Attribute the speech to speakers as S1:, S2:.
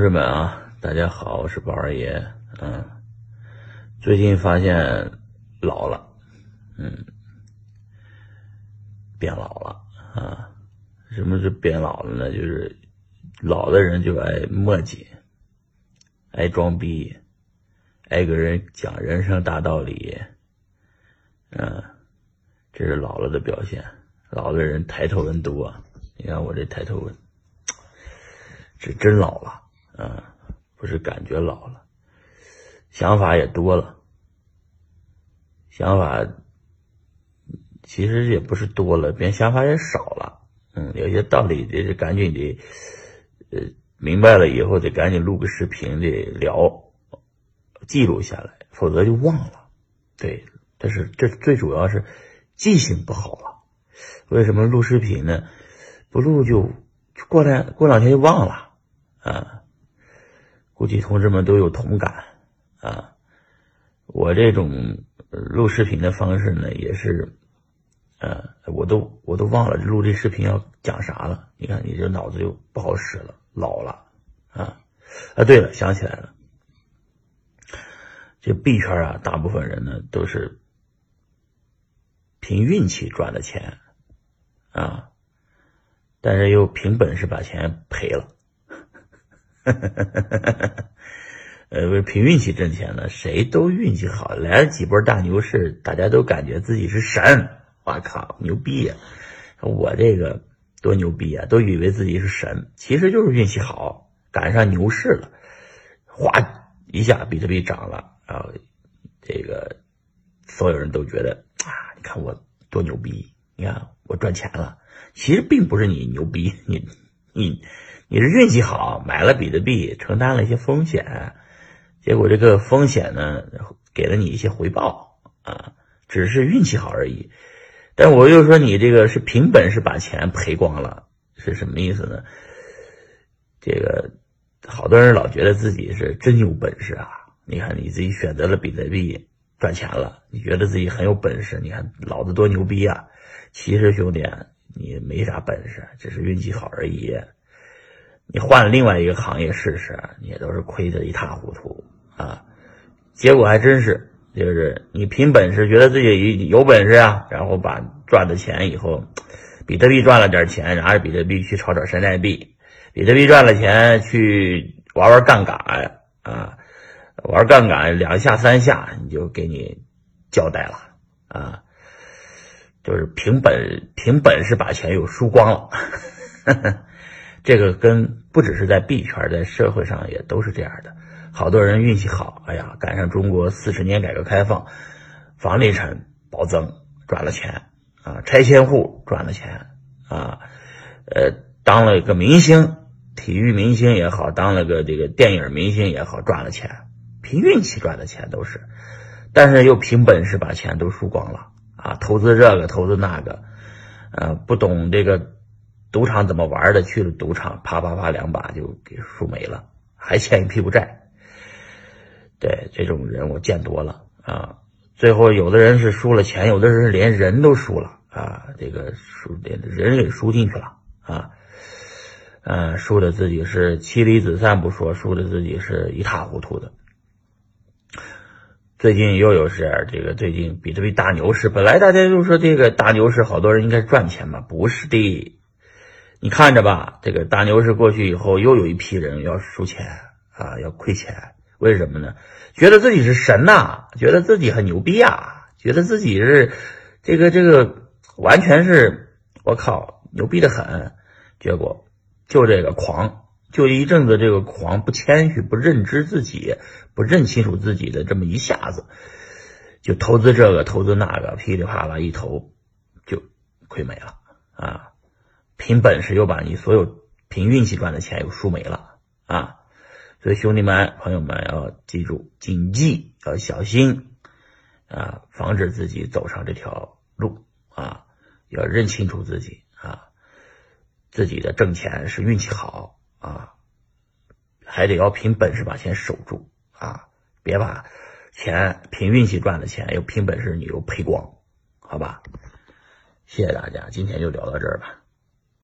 S1: 同志们啊，大家好，我是宝二爷。最近发现老了，变老了啊。什么是变老了呢？就是老的人就爱磨叽，爱装逼，爱跟人讲人生大道理。这是老了的表现。老的人抬头纹多，你看我这抬头纹，是真老了啊。不是感觉老了，想法也多了，想法其实也不是多了，别想法也少了。有些道理得赶紧得明白了以后得赶紧录个视频得聊，记录下来，否则就忘了。对，这最主要是记性不好了。为什么录视频呢？不录就过两天就忘了啊。估计同志们都有同感啊！我这种录视频的方式呢，也是，我都忘了录这视频要讲啥了。你看，你这脑子就不好使了，老了啊！对了，想起来了，这币圈啊，大部分人呢都是凭运气赚的钱啊，但是又凭本事把钱赔了。凭运气挣钱呢，谁都运气好，来了几波大牛市，大家都感觉自己是神，哇靠，牛逼呀！我这个多牛逼啊，都以为自己是神，其实就是运气好，赶上牛市了，哗一下比特币涨了，然后这个所有人都觉得啊，你看我多牛逼，你看我赚钱了。其实并不是你牛逼，你是运气好，买了比特币，承担了一些风险，结果这个风险呢，给了你一些回报啊，只是运气好而已。但我又说你这个是凭本事把钱赔光了，是什么意思呢？这个好多人老觉得自己是真有本事啊，你看你自己选择了比特币赚钱了，你觉得自己很有本事，你看老子多牛逼啊！其实兄弟，你没啥本事，只是运气好而已。你换另外一个行业试试，你也都是亏得一塌糊涂啊！结果还真是，就是你凭本事觉得自己有本事啊，然后把赚的钱以后，比特币赚了点钱，拿着比特币去炒山寨币，比特币赚了钱去玩杠杆啊，玩杠杆2下3下你就给你交代了啊！就是凭本事把钱又输光了。这个不只是在币圈，在社会上也都是这样的。好多人运气好，哎呀，赶上中国40年改革开放，房地产暴增赚了钱啊，拆迁户赚了钱啊，当了个明星，体育明星也好，当了个这个电影明星也好，赚了钱，凭运气赚的钱都是，但是又凭本事把钱都输光了啊，投资这个投资那个，不懂这个赌场怎么玩的，去了赌场啪啪啪2把就给输没了，还欠一屁股债。对，这种人我见多了啊。最后有的人是输了钱，有的人连人都输了啊，这个连人给输进去了啊。输的自己是妻离子散不说，输的自己是一塌糊涂的。最近又有事，这个最近比特币大牛市，本来大家就说这个大牛市好多人应该赚钱嘛，不是的。你看着吧，这个大牛市过去以后，又有一批人要输钱啊，要亏钱。为什么呢？觉得自己是神呐，觉得自己很牛逼啊，觉得自己是这个完全是我靠牛逼的很。结果就这个狂，就一阵子这个狂，不谦虚，不认知自己，不认清楚自己的这么一下子，就投资这个投资那个，噼里啪啦一投就亏没了啊。凭本事又把你所有凭运气赚的钱又输没了啊！所以兄弟们朋友们要记住，谨记，要小心啊，防止自己走上这条路啊，要认清楚自己啊，自己的挣钱是运气好啊，还得要凭本事把钱守住啊，别把钱凭运气赚的钱又凭本事你又赔光，好吧？谢谢大家，今天就聊到这儿吧。